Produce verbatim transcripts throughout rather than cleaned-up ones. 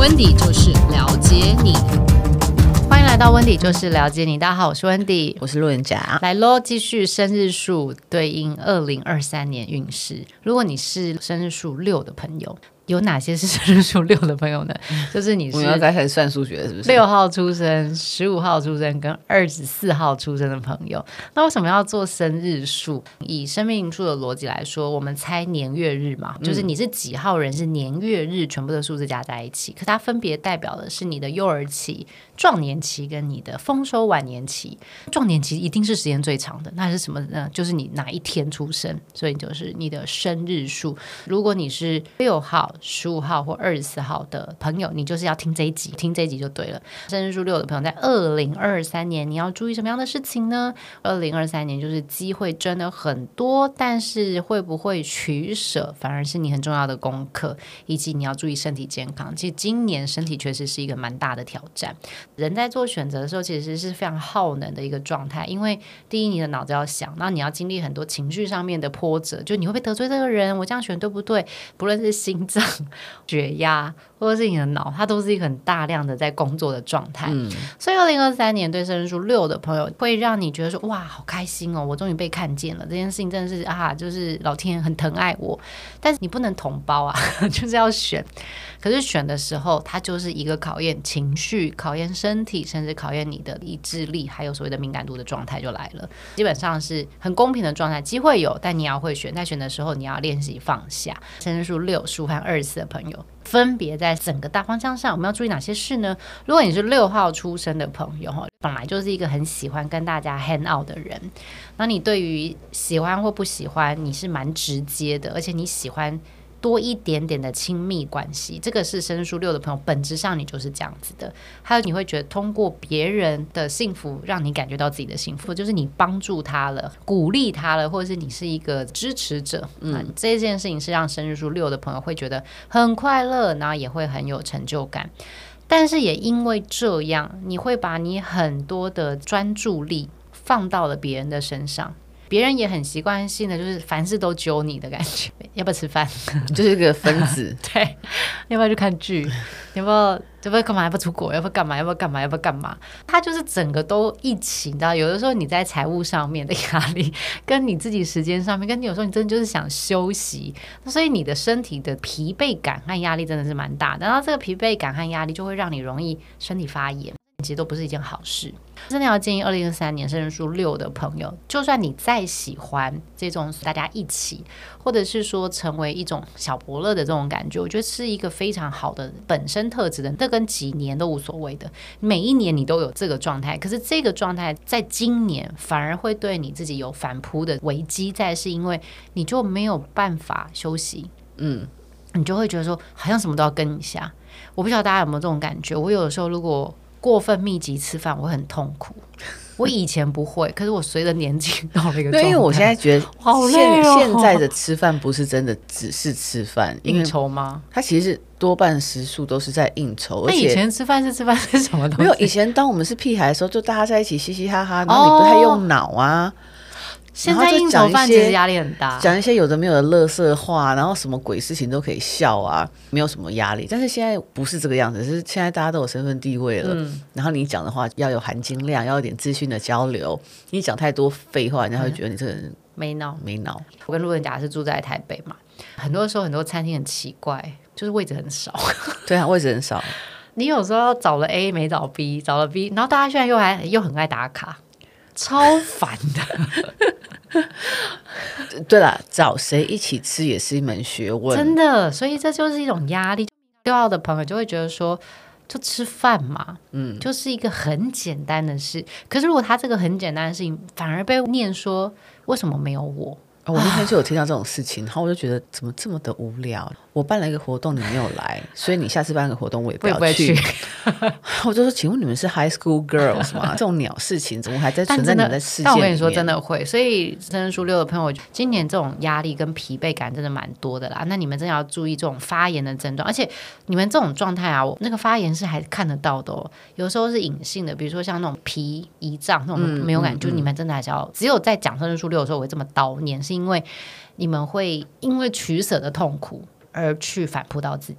温迪就是了解你。 欢迎来到温迪就是了解你，大家好，我是温迪， 我是路人甲， 来咯，继续生日数对应二零二三年运势。如果你是生日数六的朋友，有哪些是生日数六的朋友呢？就是你是我们要再开始算数学了是不是？ 六号出生、十五号出生跟二十四号出生的朋友，那为什么要做生日数？以生命数的逻辑来说，我们猜年月日嘛，就是你是几号人，是年月日全部的数字加在一起，可它分别代表的是你的幼儿期、壮年期跟你的丰收晚年期。壮年期一定是时间最长的，那是什么呢？就是你哪一天出生，所以就是你的生日数。如果你是六号、十五号或二十四号的朋友，你就是要听这一集，听这一集就对了。生日数六的朋友，在二零二三年你要注意什么样的事情呢？二零二三年就是机会真的很多，但是会不会取舍，反而是你很重要的功课，以及你要注意身体健康。其实今年身体确实是一个蛮大的挑战。人在做选择的时候，其实是非常耗能的一个状态，因为第一，你的脑子要想，然后你要经历很多情绪上面的波折，就你会不会得罪这个人？我这样选对不对？不论是心脏、血压，或者是你的脑，它都是一个很大量的在工作的状态。嗯、所以二零二三年对生日数六的朋友，会让你觉得说，哇，好开心哦，我终于被看见了，这件事情真的是啊，就是老天很疼爱我。但是你不能统包啊，就是要选。可是选的时候，它就是一个考验情绪、考验身体，甚至考验你的意志力，还有所谓的敏感度的状态就来了。基本上是很公平的状态，机会有，但你要会选。在选的时候，你要练习放下。生日数六、十五和二十四的朋友，分别在整个大方向上，我们要注意哪些事呢？如果你是六号出生的朋友，本来就是一个很喜欢跟大家 hang out 的人，那你对于喜欢或不喜欢，你是蛮直接的，而且你喜欢多一点点的亲密关系，这个是生日数六的朋友本质上你就是这样子的。还有你会觉得通过别人的幸福让你感觉到自己的幸福，就是你帮助他了，鼓励他了，或者是你是一个支持者、嗯啊、这件事情是让生日数六的朋友会觉得很快乐，然后也会很有成就感。但是也因为这样，你会把你很多的专注力放到了别人的身上，别人也很习惯性的就是凡事都揪你的感觉，要不要吃饭？ 就是一个分子。 对，要不要去看剧？要不要要不要干嘛？要不要出国？要不要干嘛？要不要干嘛？要不要干嘛？他就是整个都一起，你知道，有的时候你在财务上面的压力，跟你自己时间上面，跟你有时候你真的就是想休息，所以你的身体的疲惫感和压力真的是蛮大的。然后这个疲惫感和压力就会让你容易身体发炎。其实都不是一件好事，真的要建议二零二三年生日数六的朋友，就算你再喜欢这种大家一起，或者是说成为一种小伯乐的这种感觉，我觉得是一个非常好的本身特质的，这跟几年都无所谓的，每一年你都有这个状态，可是这个状态在今年反而会对你自己有反扑的危机在，是因为你就没有办法休息，嗯，你就会觉得说好像什么都要跟一下。我不晓得大家有没有这种感觉，我有的时候如果过分密集吃饭，我会很痛苦。我以前不会，可是我随着年纪到了一个状态， 对，因为我现在觉得好累哦。 现在的吃饭不是真的只是吃饭， 应酬吗？ 它其实是多半时数都是在应酬。 那以前吃饭是吃饭是什么东西？ 没有，以前当我们是屁孩的时候，就大家在一起嘻嘻哈哈，然后你不太用脑啊。哦， 现在应酬饭其实压力很大， 讲一些有的没有的垃圾话，然后什么鬼事情都可以笑啊，没有什么压力。但是现在不是这个样子，是现在大家都有身份地位了，嗯、然后你讲的话要有含金量，要有点资讯的交流。你讲太多废话，人家会觉得你这个人没脑没脑。 我跟路人甲是住在台北嘛，很多时候很多餐厅很奇怪，就是位置很少。 对啊，位置很少。 你有时候找了 A 没找 B， 找了 B， 然后大家现在又还又很爱打卡，超烦的。 对啦，找谁一起吃也是一门学问， 真的，所以这就是一种压力。六号的朋友就会觉得说，就吃饭嘛，嗯，就是一个很简单的事。可是如果他这个很简单的事情，反而被念说为什么没有我？ 哦、我那天就有听到这种事情，然后我就觉得怎么这么的无聊。我办了一个活动，你没有来，所以你下次办个活动我也不要去。我就说，请问你们是 high school girls 吗？这种鸟事情怎么还在存在你们的世界里面？ 但我跟你说，真的会。所以生日数六的朋友，今年这种压力跟疲惫感真的蛮多的啦。那你们真的要注意这种发炎的症状，而且你们这种状态啊，那个发炎是还看得到的哦。有时候是隐性的，比如说像那种皮胰脏那种没有感觉，嗯嗯嗯、就你们真的还是要只有在讲生日数六的时候我会这么叨念，是因为你们会因为取舍的痛苦而去反扑到自己。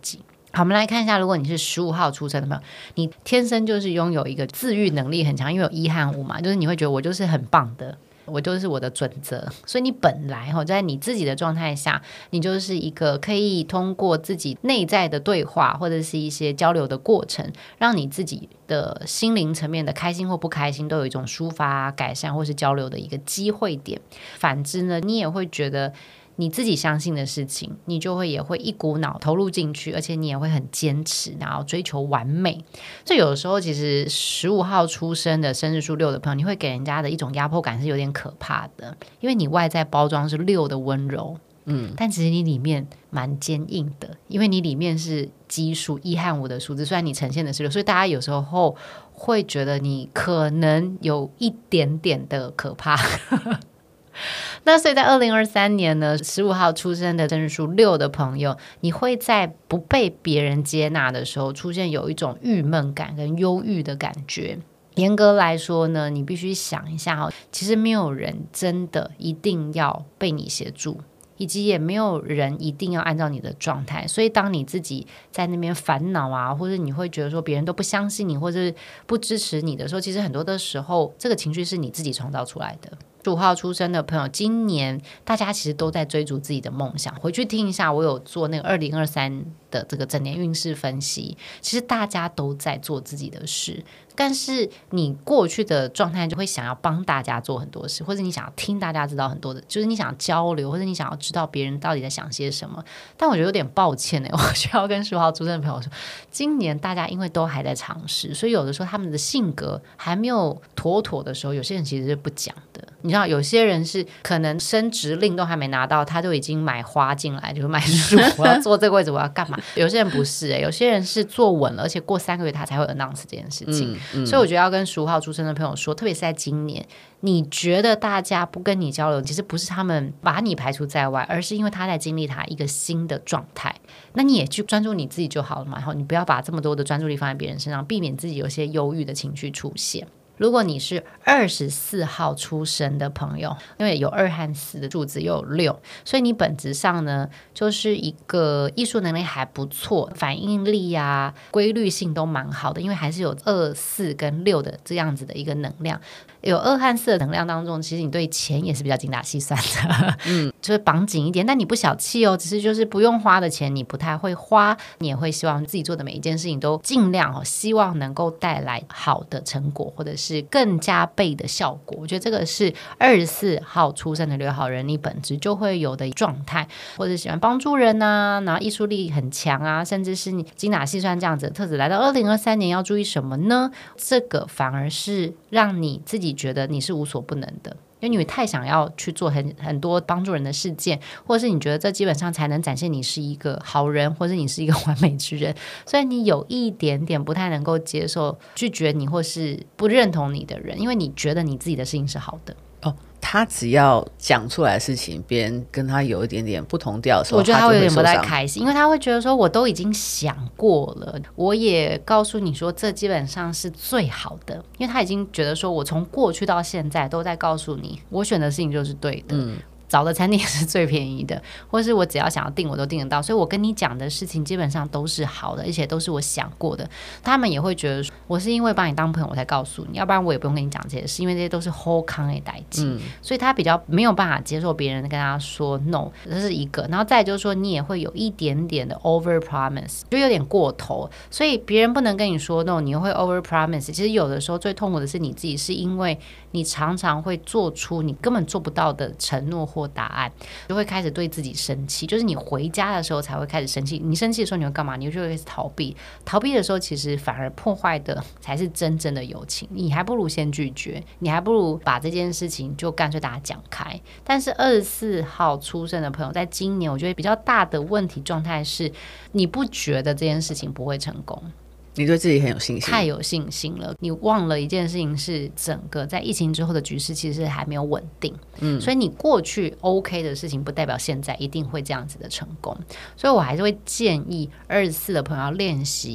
好，我们来看一下，如果你是十五号出生的朋友，你天生就是拥有一个自愈能力很强，因为有一和五嘛，就是你会觉得我就是很棒的，我就是我的准则，所以你本来在你自己的状态下，你就是一个可以通过自己内在的对话或者是一些交流的过程，让你自己的心灵层面的开心或不开心都有一种抒发、改善或是交流的一个机会点。反之呢，你也会觉得你自己相信的事情，你就会也会一股脑投入进去，而且你也会很坚持，然后追求完美。所以有的时候其实十五号出生的生日数六的朋友，你会给人家的一种压迫感是有点可怕的，因为你外在包装是六的温柔，嗯，但其实你里面蛮坚硬的，因为你里面是奇数一和五的数字，虽然你呈现的是六，所以大家有时候会觉得你可能有一点点的可怕那所以在二零二三年呢，十五号出生的生日数六的朋友，你会在不被别人接纳的时候出现有一种郁闷感跟忧郁的感觉。严格来说呢，你必须想一下，其实没有人真的一定要被你协助，以及也没有人一定要按照你的状态，所以当你自己在那边烦恼啊，或者你会觉得说别人都不相信你或者不支持你的时候，其实很多的时候这个情绪是你自己创造出来的。十五号出生的朋友，今年大家其实都在追逐自己的梦想，回去听一下我有做那个二零二三的这个整年运势分析，其实大家都在做自己的事，但是你过去的状态就会想要帮大家做很多事，或者你想要听大家知道很多的，就是你想要交流，或者你想要知道别人到底在想些什么。但我觉得有点抱歉、欸、我需要跟十五号出生的朋友说，今年大家因为都还在尝试，所以有的时候他们的性格还没有妥妥的时候，有些人其实是不讲的。你知道有些人是可能升职令都还没拿到，他就已经买花进来，就是买树我要坐这个位置我要干嘛有些人不是、欸、有些人是坐稳了，而且过三个月他才会 announce 这件事情、嗯嗯、所以我觉得要跟十五号出生的朋友说，特别是在今年，你觉得大家不跟你交流，其实不是他们把你排除在外，而是因为他在经历他一个新的状态，那你也去专注你自己就好了嘛，然后你不要把这么多的专注力放在别人身上，避免自己有些忧郁的情绪出现。如果你是二十四号出生的朋友，因为有二和四的数字又有六，所以你本质上呢就是一个艺术能力还不错，反应力啊规律性都蛮好的，因为还是有二四跟六的这样子的一个能量。有二和四的能量当中，其实你对钱也是比较精打细算的，嗯，就是绑紧一点，但你不小气哦，只是就是不用花的钱你不太会花，你也会希望自己做的每一件事情都尽量哦，希望能够带来好的成果，或者是更加倍的效果。我觉得这个是二十四号出生的六号人你本质就会有的状态，或者喜欢帮助人啊，然后艺术力很强啊，甚至是你精打细算这样子的特质。来到二零二三年要注意什么呢？这个反而是让你自己觉得你是无所不能的，因为你太想要去做 很, 很多帮助人的事件，或者是你觉得这基本上才能展现你是一个好人，或者你是一个完美之人，所以你有一点点不太能够接受拒绝你或是不认同你的人，因为你觉得你自己的事情是好的。 哦，他只要讲出来的事情别人跟他有一点点不同调的时候， 我觉得他会有点不太开心，因为他会觉得说我都已经想过了，我也告诉你说这基本上是最好的，因为他已经觉得说我从过去到现在都在告诉你我选的事情就是对的，嗯，找的餐厅也是最便宜的，或是我只要想要订我都订得到，所以我跟你讲的事情基本上都是好的，而且都是我想过的。他们也会觉得我是因为把你当朋友我才告诉你，要不然我也不用跟你讲这些事，因为这些都是好康的代志、嗯、所以他比较没有办法接受别人跟他说 no， 这是一个。然后再来就是说你也会有一点点的 over promise， 就有点过头，所以别人不能跟你说 no， 你又会 over promise。 其实有的时候最痛苦的是你自己，是因为你常常会做出你根本做不到的承诺或答案，就会开始对自己生气，就是你回家的时候才会开始生气。你生气的时候你会干嘛？你就会逃避，逃避的时候其实反而破坏的才是真正的友情。你还不如先拒绝，你还不如把这件事情就干脆大家讲开。但是二十四号出生的朋友在今年我觉得比较大的问题状态是，你不觉得这件事情不会成功， 你对自己很有信心， 太有信心了。你忘了一件事情是，整个在疫情之后的局势其实还没有稳定、嗯、所以你过去 OK 的事情不代表现在一定会这样子的成功。所以我还是会建议二十四的朋友要练习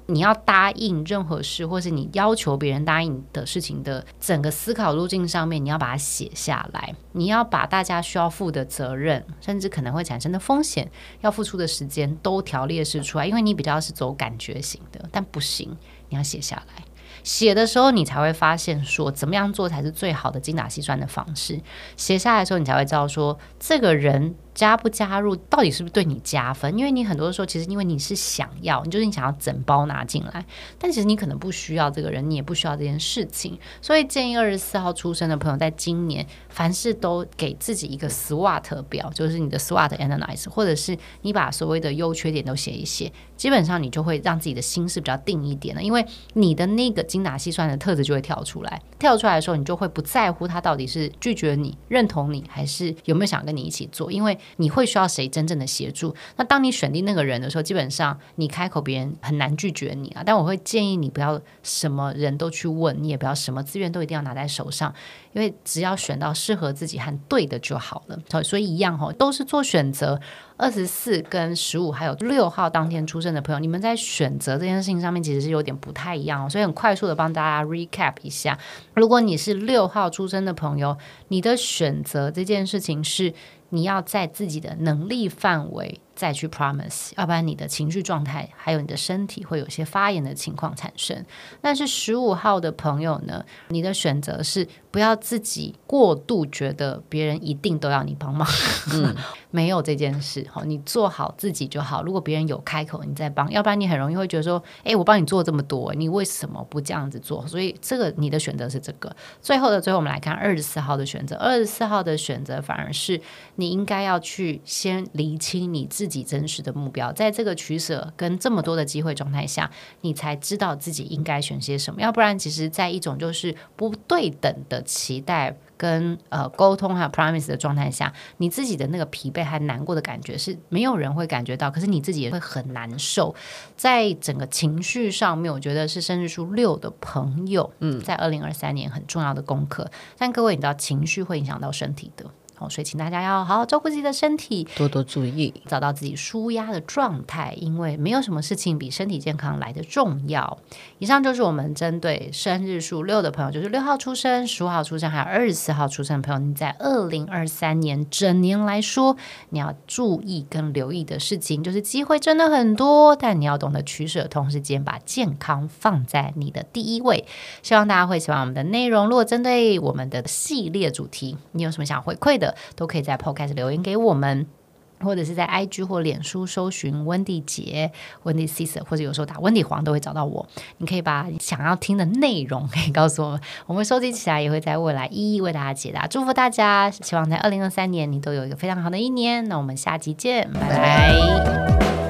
你要答应任何事，或是你要求别人答应的事情的整个思考路径上面，你要把它写下来，你要把大家需要负的责任，甚至可能会产生的风险，要付出的时间都条列式出来，因为你比较是走感觉型的，但不行，你要写下来。写的时候你才会发现说怎么样做才是最好的精打细算的方式，写下来的时候你才会知道说这个人加不加入到底是不是对你加分，因为你很多时候其实因为你是想要，你就是你想要整包拿进来，但其实你可能不需要这个人，你也不需要这件事情，所以建议二十四号出生的朋友在今年凡事都给自己一个 SWOT 表，就是你的 SWOT analyze， 或者是你把所谓的优缺点都写一写，基本上你就会让自己的心是比较定一点的，因为你的那个精打细算的特质就会跳出来，跳出来的时候你就会不在乎他到底是拒绝你认同你还是有没有想跟你一起做，因为你会需要谁真正的协助。那当你选定那个人的时候，基本上你开口别人很难拒绝你啊。但我会建议你不要什么人都去问，你也不要什么资源都一定要拿在手上，因为只要选到适合自己和对的就好了。所以一样哦，都是做选择。二十四跟十五还有六号当天出生的朋友，你们在选择这件事情上面其实是有点不太一样哦，所以很快速的帮大家 recap 一下。如果你是六号出生的朋友，你的选择这件事情是你要在自己的能力范围再去 promise， 要不然你的情绪状态还有你的身体会有些发炎的情况产生。但是十五号的朋友呢，你的选择是不要自己过度觉得别人一定都要你帮忙、嗯、没有这件事，你做好自己就好，如果别人有开口你再帮，要不然你很容易会觉得说哎，我帮你做这么多，你为什么不这样子做，所以这个你的选择是这个。最后的最后我们来看二十四号的选择，二十四号的选择反而是你应该要去先厘清你自己真实的目标，在这个取舍跟这么多的机会状态下，你才知道自己应该选些什么，要不然其实在一种就是不对等的期待跟呃沟通还有 promise 的状态下，你自己的那个疲惫和难过的感觉是没有人会感觉到，可是你自己也会很难受。在整个情绪上面，我觉得是生日数六的朋友，嗯，在二零二三年很重要的功课。但各位你知道情绪会影响到身体的，哦，所以请大家要好好照顾自己的身体， 多多注意， 找到自己抒压的状态，因为没有什么事情比身体健康来的重要。以上就是我们针对生日数六的朋友，就是六号出生、十五号出生还有二十四号出生的朋友，你在二零二三年整年来说你要注意跟留意的事情，就是机会真的很多，但你要懂得取舍，同时间把健康放在你的第一位。希望大家会喜欢我们的内容，如果针对我们的系列主题你有什么想回馈的，都可以在 Podcast 留言给我们，或者是在 I G 或脸书搜寻温蒂姐、温蒂 Caesar， 或者有时候打温蒂黄都会找到我。你可以把想要听的内容可以告诉我们，我们收集起来也会在未来一一为大家解答。祝福大家，希望在二零二三年你都有一个非常好的一年。那我们下集见，拜拜。